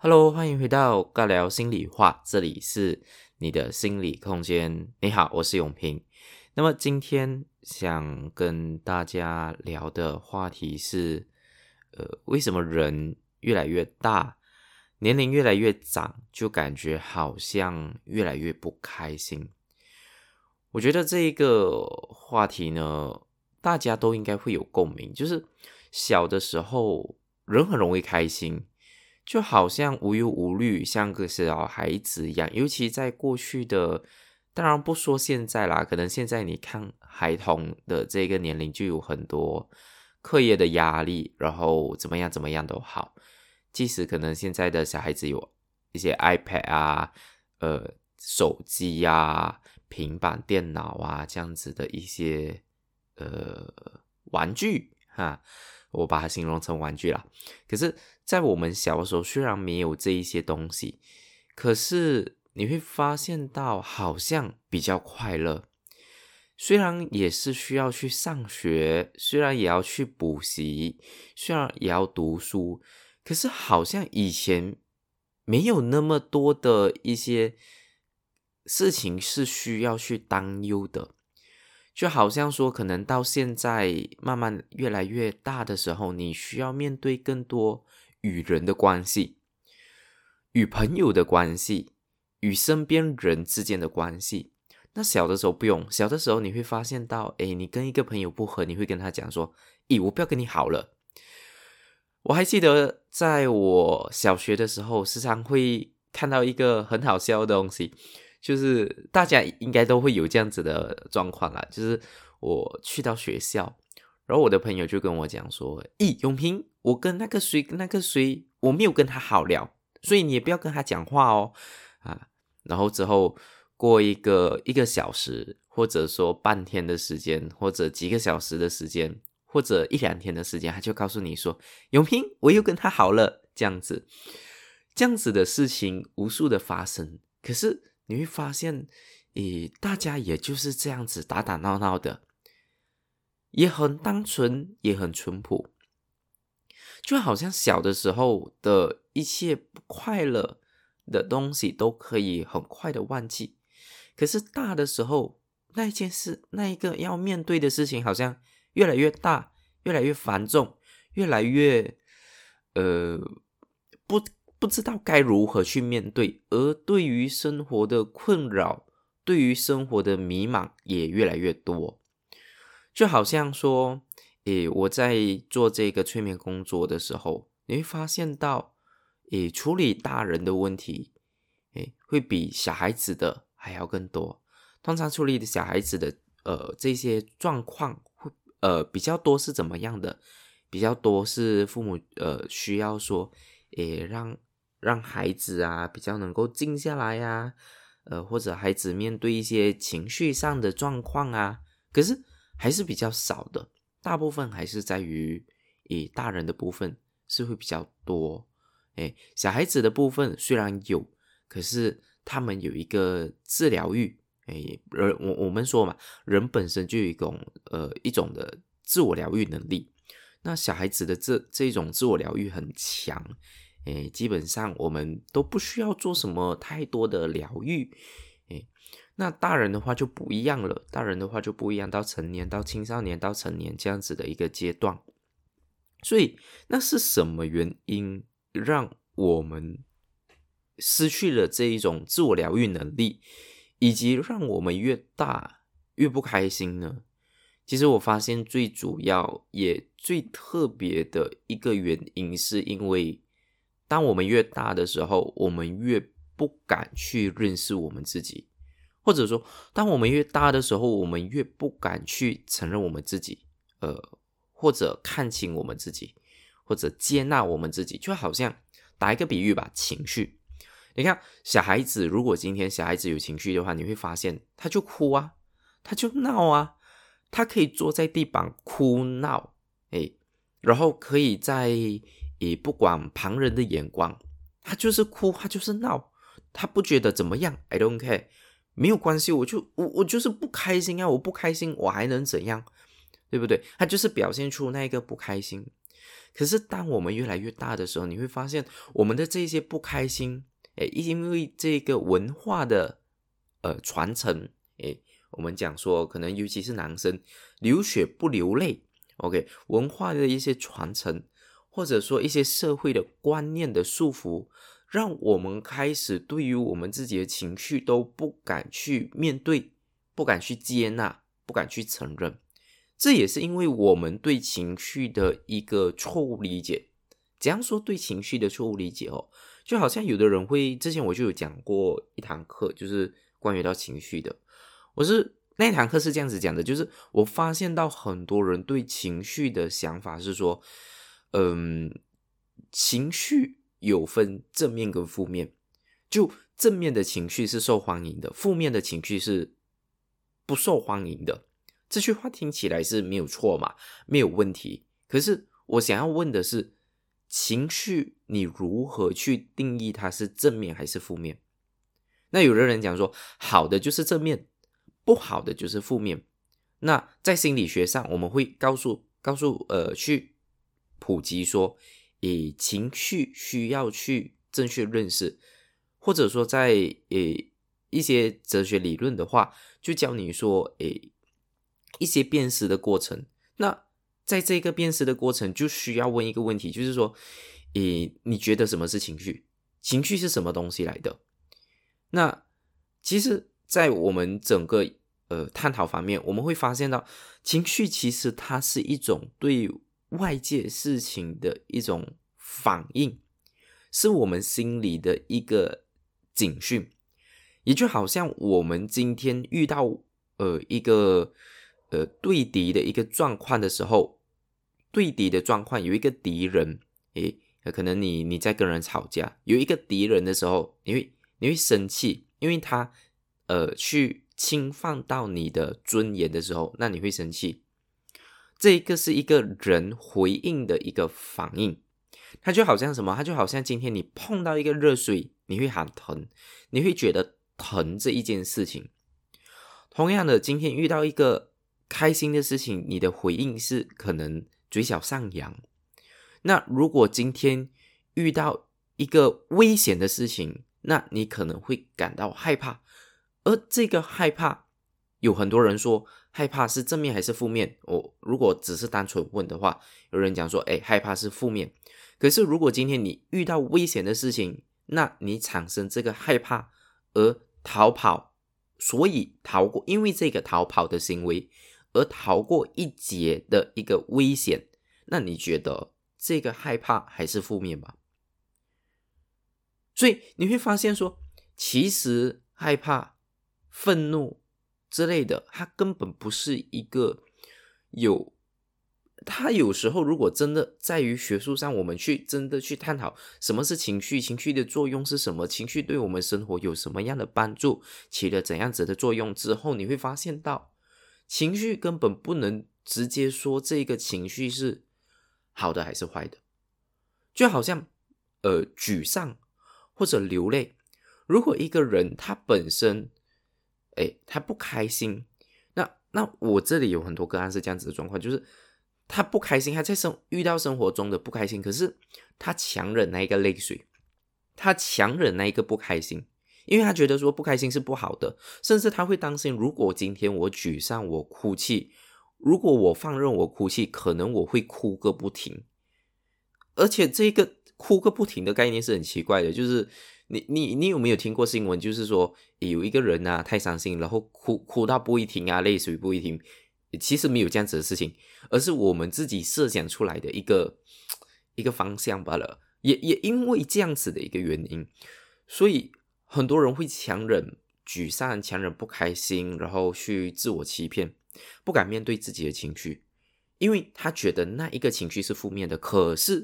Hello，欢迎回到尬聊心里话，这里是你的心理空间。你好，我是永平。那么今天想跟大家聊的话题是，为什么人越来越大，年龄越来越长，就感觉好像越来越不开心？我觉得这一个话题呢，大家都应该会有共鸣，就是小的时候人很容易开心。就好像无忧无虑，像个小孩子一样。尤其在过去的，当然不说现在啦，可能现在你看孩童的这个年龄就有很多课业的压力，然后怎么样怎么样都好。即使可能现在的小孩子有一些 iPad 啊、手机啊、平板电脑啊这样子的一些玩具哈，我把它形容成玩具啦。可是在我们小的时候虽然没有这一些东西，可是你会发现到好像比较快乐。虽然也是需要去上学，虽然也要去补习，虽然也要读书，可是好像以前没有那么多的一些事情是需要去担忧的。就好像说可能到现在慢慢越来越大的时候，你需要面对更多与人的关系，与朋友的关系，与身边人之间的关系。那小的时候不用，小的时候你会发现到，你跟一个朋友不合，你会跟他讲说，我不要跟你好了。我还记得在我小学的时候，时常会看到一个很好笑的东西，就是大家应该都会有这样子的状况啦，就是我去到学校，然后我的朋友就跟我讲说，永平，我跟那个谁，我没有跟他好聊，所以你也不要跟他讲话哦。然后之后过一个小时，或者说半天的时间，或者几个小时的时间，或者一两天的时间，他就告诉你说，永平，我又跟他好了，这样子的事情无数的发生。可是你会发现，大家也就是这样子打打闹闹的，也很单纯，也很淳朴，就好像小的时候的一切不快乐的东西都可以很快的忘记。可是大的时候，那一件事，那一个要面对的事情，好像越来越大，越来越繁重，越来越不不知道该如何去面对，而对于生活的困扰，对于生活的迷茫也越来越多。就好像说，我在做这个催眠工作的时候，你会发现到，处理大人的问题，会比小孩子的还要更多。通常处理的小孩子的这些状况会比较多是怎么样的？比较多是父母需要说，让孩子啊比较能够静下来啊，或者孩子面对一些情绪上的状况啊，可是还是比较少的，大部分还是在于大人的部分是会比较多。小孩子的部分虽然有，可是他们有一个治疗欲。我们说嘛，人本身就有一种的自我疗愈能力。那小孩子的这种自我疗愈很强，基本上我们都不需要做什么太多的疗愈。那大人的话就不一样了，到成年，到青少年，到成年这样子的一个阶段。所以那是什么原因让我们失去了这一种自我疗愈能力，以及让我们越大越不开心呢？其实我发现最主要也最特别的一个原因，是因为当我们越大的时候，我们越不敢去认识我们自己，或者说当我们越大的时候，我们越不敢去承认我们自己，或者看清我们自己，或者接纳我们自己。就好像打一个比喻吧，情绪，你看小孩子，如果今天小孩子有情绪的话，你会发现他就哭啊，他就闹啊，他可以坐在地板哭闹，然后可以在不管旁人的眼光，他就是哭，他就是闹，他不觉得怎么样 I don't care， 没有关系，我就是不开心啊，我不开心我还能怎样，对不对？他就是表现出那个不开心。 可是当我们越来越大的时候，你会发现我们的这些不开心，因为这个文化的传承，我们讲说可能尤其是男生流血不流泪 OK， 文化的一些传承，或者说一些社会的观念的束缚，让我们开始对于我们自己的情绪都不敢去面对，不敢去接纳，不敢去承认。这也是因为我们对情绪的一个错误理解。怎样说对情绪的错误理解就好像有的人会，之前我就有讲过一堂课，就是关于到情绪的。那一堂课是这样子讲的，就是我发现到很多人对情绪的想法是说，情绪有分正面跟负面，就正面的情绪是受欢迎的，负面的情绪是不受欢迎的。这句话听起来是没有错嘛，没有问题。可是我想要问的是，情绪你如何去定义它是正面还是负面？那有的人讲说，好的就是正面，不好的就是负面。那在心理学上，我们会去普及说，情绪需要去正确认识，或者说在一些哲学理论的话，就教你说一些辨识的过程。那在这个辨识的过程，就需要问一个问题，就是说，你觉得什么是情绪？情绪是什么东西来的？那其实在我们整个探讨方面，我们会发现到情绪其实它是一种对外界事情的一种反应，是我们心里的一个警讯。也就好像我们今天遇到一个对敌的一个状况的时候，对敌的状况有一个敌人，可能你在跟人吵架，有一个敌人的时候，你会生气，因为他去侵犯到你的尊严的时候，那你会生气。这个是一个人回应的一个反应，它就好像什么？它就好像今天你碰到一个热水，你会喊疼，你会觉得疼这一件事情。同样的，今天遇到一个开心的事情，你的回应是可能嘴角上扬。那如果今天遇到一个危险的事情，那你可能会感到害怕。而这个害怕，有很多人说害怕是正面还是负面？如果只是单纯问的话，有人讲说害怕是负面。可是如果今天你遇到危险的事情，那你产生这个害怕而逃跑，所以因为这个逃跑的行为而逃过一劫的一个危险，那你觉得这个害怕还是负面吧？所以你会发现说，其实害怕、愤怒之类的，它根本不是一个它有时候如果真的在于学术上，我们真的去探讨什么是情绪，情绪的作用是什么，情绪对我们生活有什么样的帮助，起了怎样子的作用之后，你会发现到情绪根本不能直接说这个情绪是好的还是坏的。就好像沮丧或者流泪，如果一个人他本身他不开心，那我这里有很多个案是这样子的状况，就是他不开心，他在遇到生活中的不开心，可是他强忍那一个泪水，他强忍那一个不开心，因为他觉得说不开心是不好的，甚至他会担心，如果今天我沮丧，我哭泣，如果我放任我哭泣，可能我会哭个不停。而且这个哭个不停的概念是很奇怪的，就是你有没有听过新闻，就是说有一个人啊太伤心，然后哭到不会停啊，泪水不会停。其实没有这样子的事情，而是我们自己设想出来的一个方向罢了。也因为这样子的一个原因，所以很多人会强忍沮丧，强忍不开心，然后去自我欺骗，不敢面对自己的情绪，因为他觉得那一个情绪是负面的。可是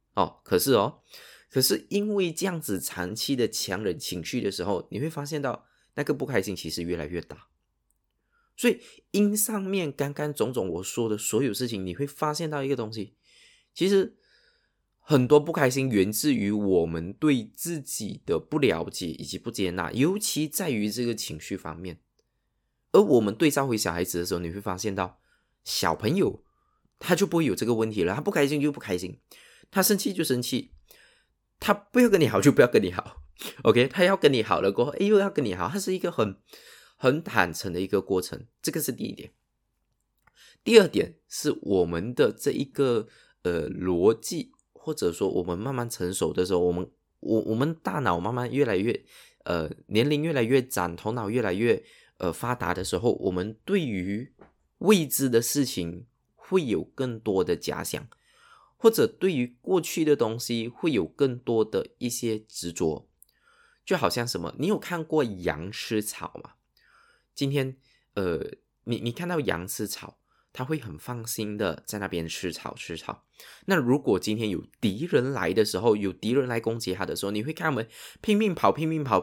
因为这样子长期的强忍情绪的时候，你会发现到那个不开心其实越来越大。所以因上面刚刚种种我说的所有事情，你会发现到一个东西，其实很多不开心源自于我们对自己的不了解以及不接纳，尤其在于这个情绪方面。而我们对照回小孩子的时候，你会发现到小朋友他就不会有这个问题了。他不开心就不开心，他生气就生气，他不要跟你好就不要跟你好。OK， 他要跟你好了过后，又要跟你好，它是一个很坦诚的一个过程，这个是第一点。第二点是我们的这一个逻辑，或者说我们慢慢成熟的时候，我们大脑慢慢越来越年龄越来越长，头脑越来越发达的时候，我们对于未知的事情会有更多的假想，或者对于过去的东西会有更多的一些执着。就好像什么，你有看过羊吃草吗？今天你看到羊吃草，它会很放心的在那边吃草。那如果今天有敌人来的时候，有敌人来攻击它的时候，你会看他们拼命跑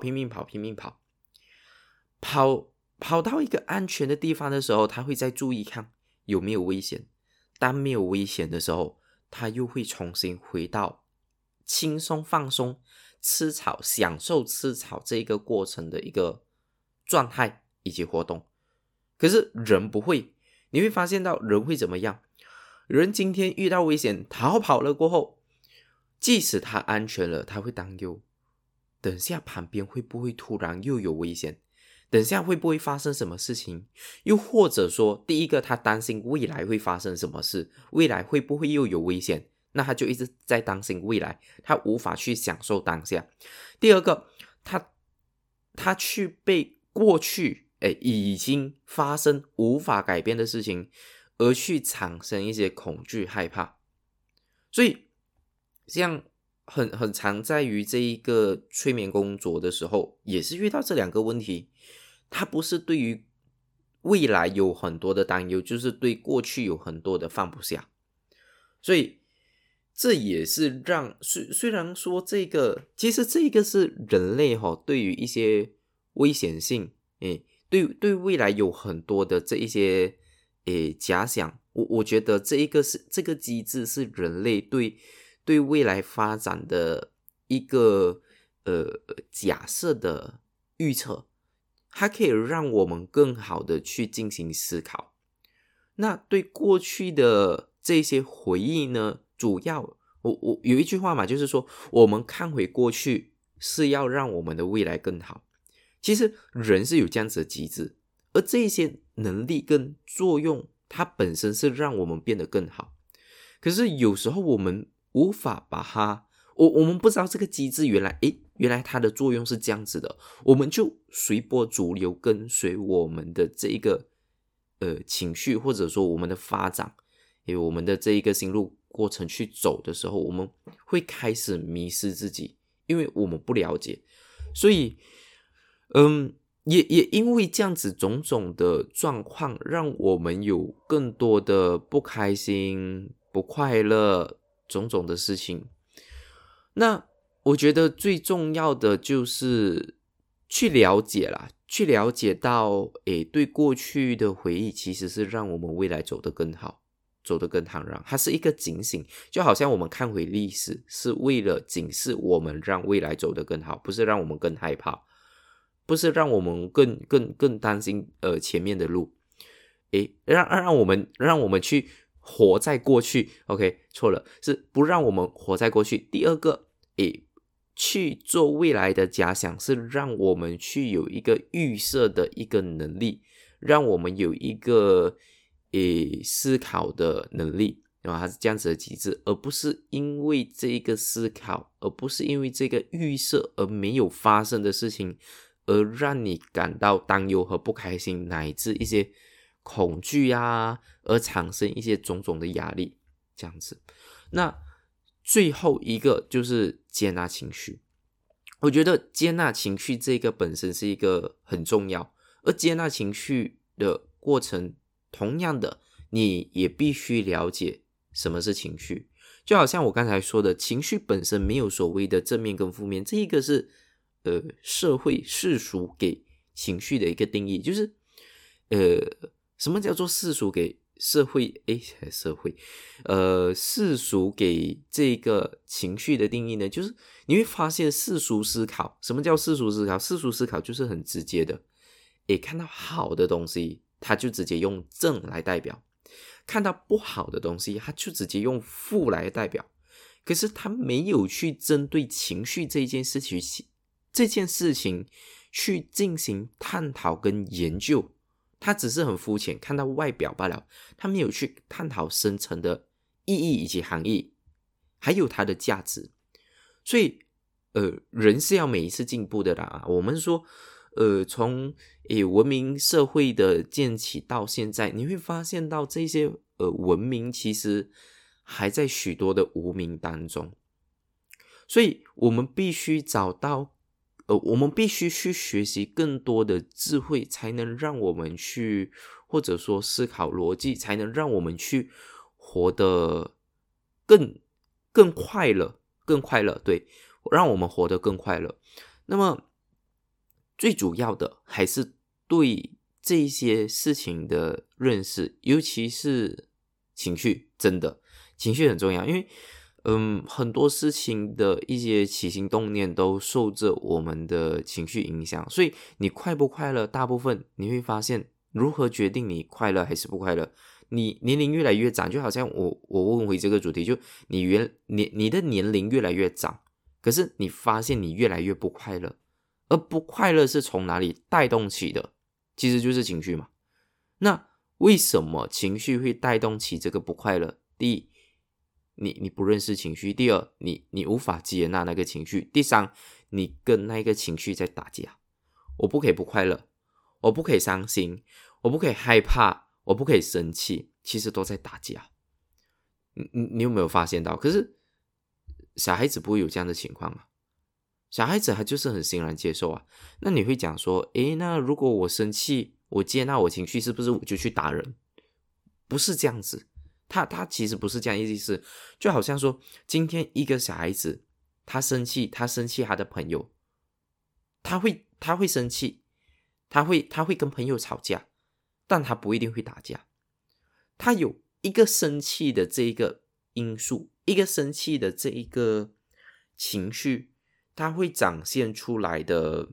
到一个安全的地方的时候，他会再注意看有没有危险。当没有危险的时候，他又会重新回到轻松放松吃草，享受吃草这一个过程的一个状态以及活动。可是人不会，你会发现到人会怎么样？人今天遇到危险逃跑了过后，即使他安全了，他会担忧等下旁边会不会突然又有危险，等下会不会发生什么事情，又或者说第一个他担心未来会发生什么事，未来会不会又有危险，那他就一直在担心未来，他无法去享受当下。第二个，他去被过去已经发生无法改变的事情而去产生一些恐惧害怕。所以像很常在于这一个催眠工作的时候，也是遇到这两个问题。他不是对于未来有很多的担忧，就是对过去有很多的放不下。所以这也是让虽然说其实这个是人类对于一些危险性对未来有很多的这一些假想，我觉得这个机制是人类对未来发展的一个假设的预测，它可以让我们更好的去进行思考。那对过去的这些回忆呢，主要我有一句话嘛，就是说我们看回过去是要让我们的未来更好。其实人是有这样子的机制，而这些能力跟作用它本身是让我们变得更好。可是有时候我们无法把它我们不知道这个机制原来它的作用是这样子的，我们就随波逐流，跟随我们的这一个情绪，或者说我们的发展我们的这一个心路过程去走的时候，我们会开始迷失自己，因为我们不了解。所以也因为这样子种种的状况，让我们有更多的不开心、不快乐种种的事情。那我觉得最重要的就是去了解啦，去了解到对过去的回忆其实是让我们未来走得更好，走得更坦然，它是一个警醒。就好像我们看回历史是为了警示我们让未来走得更好，不是让我们更害怕，不是让我们更担心前面的路让我们去活在过去。 OK， 错了，是不让我们活在过去。第二个去做未来的假想，是让我们去有一个预设的一个能力，让我们有一个思考的能力，它是这样子的机制，而不是因为这个思考，而不是因为这个预设而没有发生的事情而让你感到担忧和不开心，乃至一些恐惧而产生一些种种的压力这样子。那最后一个就是接纳情绪。我觉得接纳情绪这个本身是一个很重要，而接纳情绪的过程，同样的你也必须了解什么是情绪。就好像我刚才说的，情绪本身没有所谓的正面跟负面，这一个是社会世俗给情绪的一个定义。就是什么叫做世俗给世俗给这个情绪的定义呢？就是你会发现世俗思考，什么叫世俗思考？世俗思考就是很直接的看到好的东西他就直接用正来代表， 看到不好的东西，他就直接用负来代表，可是他没有去针对情绪这件事情去进行探讨跟研究，他只是很肤浅，看到外表罢了，他没有去探讨深层的意义以及含义，还有它的价值。所以人是要每一次进步的啦。我们说从文明社会的建起到现在，你会发现到这些文明其实还在许多的无明当中。所以我们必须找到我们必须去学习更多的智慧，才能让我们去，或者说思考逻辑，才能让我们去活得更快乐，对，让我们活得更快乐。那么最主要的还是对这些事情的认识，尤其是情绪，真的情绪很重要，因为很多事情的一些起心动念都受着我们的情绪影响，所以你快不快乐，大部分你会发现如何决定你快乐还是不快乐。你年龄越来越长，就好像我问回这个主题，就你的年龄越来越长，可是你发现你越来越不快乐，而不快乐是从哪里带动起的？其实就是情绪嘛。那为什么情绪会带动起这个不快乐？第一，你不认识情绪；第二，你无法接纳那个情绪；第三，你跟那个情绪在打架。我不可以不快乐，我不可以伤心，我不可以害怕，我不可以生气，其实都在打架。你有没有发现到？可是小孩子不会有这样的情况啊。小孩子他就是很欣然接受啊。那你会讲说，那如果我生气，我接纳我情绪，是不是我就去打人？不是这样子。他其实不是这样意思，就好像说，今天一个小孩子他生气他的朋友，他会生气，他会跟朋友吵架，但他不一定会打架。他有一个生气的这一个因素，一个生气的这一个情绪，它会展现出来的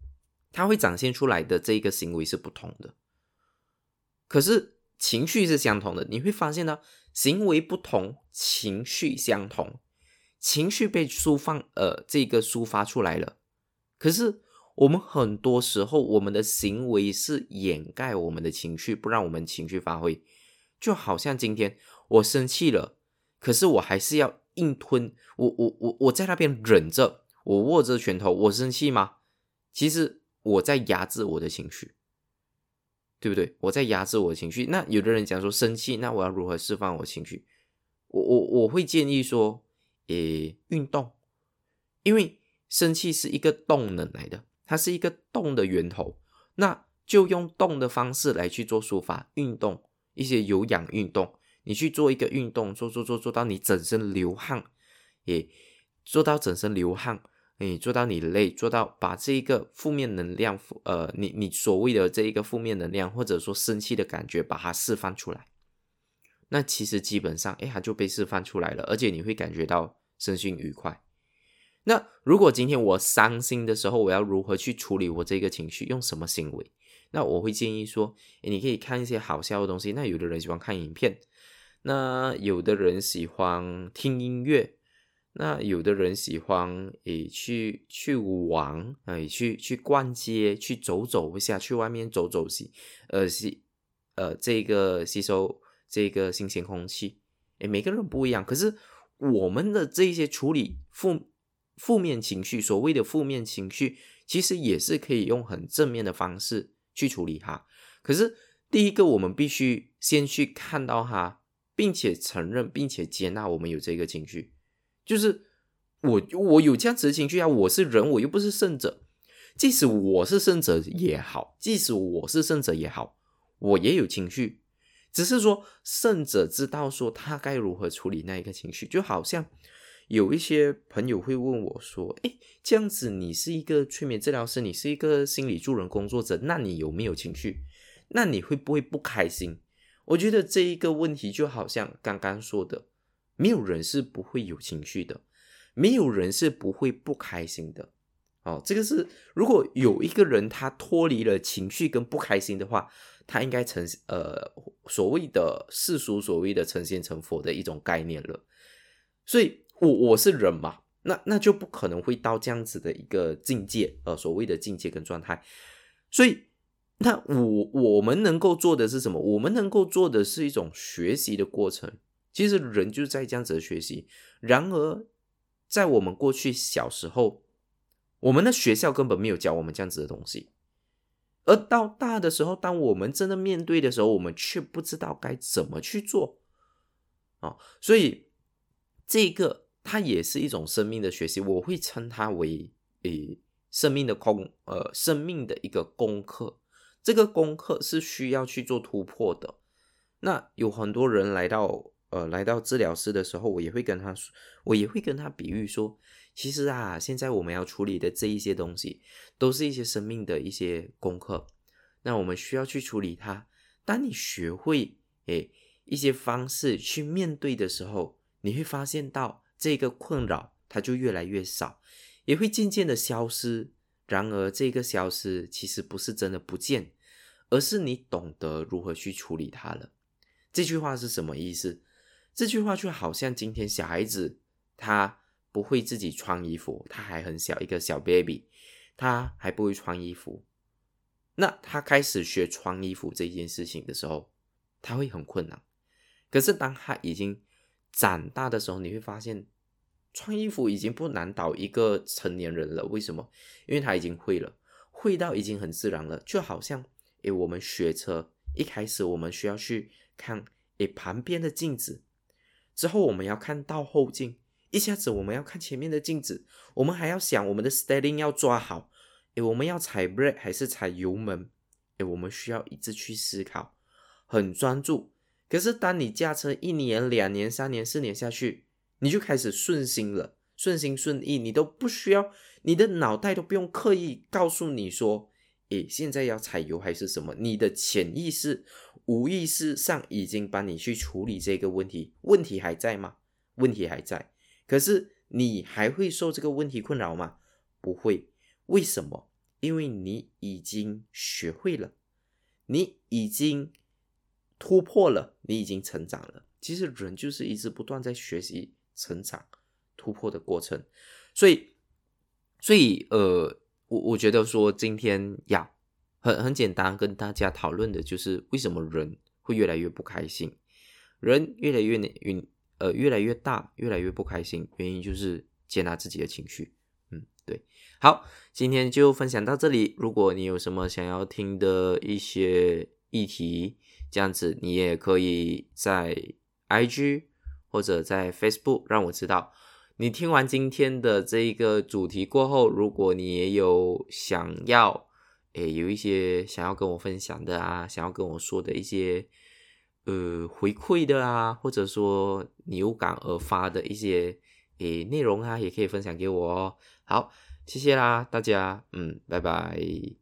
这一个行为是不同的。可是情绪是相同的，你会发现到行为不同，情绪相同。情绪被抒发出来了，可是我们很多时候我们的行为是掩盖我们的情绪，不让我们情绪发挥。就好像今天我生气了，可是我还是要硬吞，我在那边忍着，我握着拳头，我生气吗？其实我在压制我的情绪，对不对？我在压制我的情绪。那有的人讲说生气，那我要如何释放我的情绪？我会建议说，运动，因为生气是一个动能来的，它是一个动的源头，那就用动的方式来去做抒发，运动，一些有氧运动，你去做一个运动，做到你整身流汗，做到整身流汗。做到你累，做到把这一个负面能量，你所谓的这一个负面能量，或者说生气的感觉，把它释放出来。那其实基本上，它就被释放出来了，而且你会感觉到身心愉快。那如果今天我伤心的时候，我要如何去处理我这个情绪？用什么行为？那我会建议说，你可以看一些好笑的东西。那有的人喜欢看影片，那有的人喜欢听音乐。那有的人喜欢去玩，去逛街，去走一下，去外面走这个吸收这个新鲜空气。每个人不一样，可是我们的这些处理负面情绪，所谓的负面情绪，其实也是可以用很正面的方式去处理它。可是第一个，我们必须先去看到它，并且承认，并且接纳我们有这个情绪。就是我有这样子的情绪啊，我是人，我又不是圣者。即使我是圣者也好，我也有情绪。只是说圣者知道说他该如何处理那一个情绪。就好像有一些朋友会问我说，这样子你是一个催眠治疗师，你是一个心理助人工作者，那你有没有情绪？那你会不会不开心？我觉得这一个问题就好像刚刚说的，没有人是不会有情绪的，没有人是不会不开心的。 这个是如果有一个人他脱离了情绪跟不开心的话，他应该所谓的世俗所谓的成仙成佛的一种概念了。所以我是人嘛，那就不可能会到这样子的一个境界，所谓的境界跟状态。所以那我们能够做的是什么？我们能够做的是一种学习的过程。其实人就是在这样子的学习。然而在我们过去小时候，我们的学校根本没有教我们这样子的东西，而到大的时候，当我们真的面对的时候，我们却不知道该怎么去做。所以这个它也是一种生命的学习，我会称它为生命的一个功课。这个功课是需要去做突破的。那有很多人来到治疗室的时候，我也会跟他比喻说，其实现在我们要处理的这一些东西，都是一些生命的一些功课。那我们需要去处理它。当你学会一些方式去面对的时候，你会发现到这个困扰它就越来越少，也会渐渐的消失。然而这个消失其实不是真的不见，而是你懂得如何去处理它了。这句话是什么意思？这句话就好像今天小孩子他不会自己穿衣服，他还很小，一个小 baby， 他还不会穿衣服。那他开始学穿衣服这件事情的时候，他会很困难。可是当他已经长大的时候，你会发现穿衣服已经不难倒一个成年人了。为什么？因为他已经会了，会到已经很自然了。就好像我们学车，一开始我们需要去看旁边的镜子，之后我们要看倒后镜，一下子我们要看前面的镜子，我们还要想我们的 steering 要抓好，我们要踩 brake 还是踩油门，我们需要一直去思考，很专注。可是当你驾车1年、2年、3年、4年下去，你就开始顺心了，顺心顺意，你都不需要，你的脑袋都不用刻意告诉你说现在要踩油还是什么，你的潜意识无意识上已经帮你去处理这个问题。问题还在吗？问题还在。可是你还会受这个问题困扰吗？不会。为什么？因为你已经学会了，你已经突破了，你已经成长了。其实人就是一直不断在学习、成长、突破的过程。所以我觉得说今天很简单跟大家讨论的就是为什么人会越来越不开心，人越来越大，越来越不开心，原因就是接纳自己的情绪。对。好，今天就分享到这里。如果你有什么想要听的一些议题，这样子你也可以在 IG 或者在 Facebook 让我知道。你听完今天的这一个主题过后，如果你也有想要有一些想要跟我分享的想要跟我说的一些回馈的或者说你有感而发的一些内容也可以分享给我哦。好，谢谢啦大家，拜拜。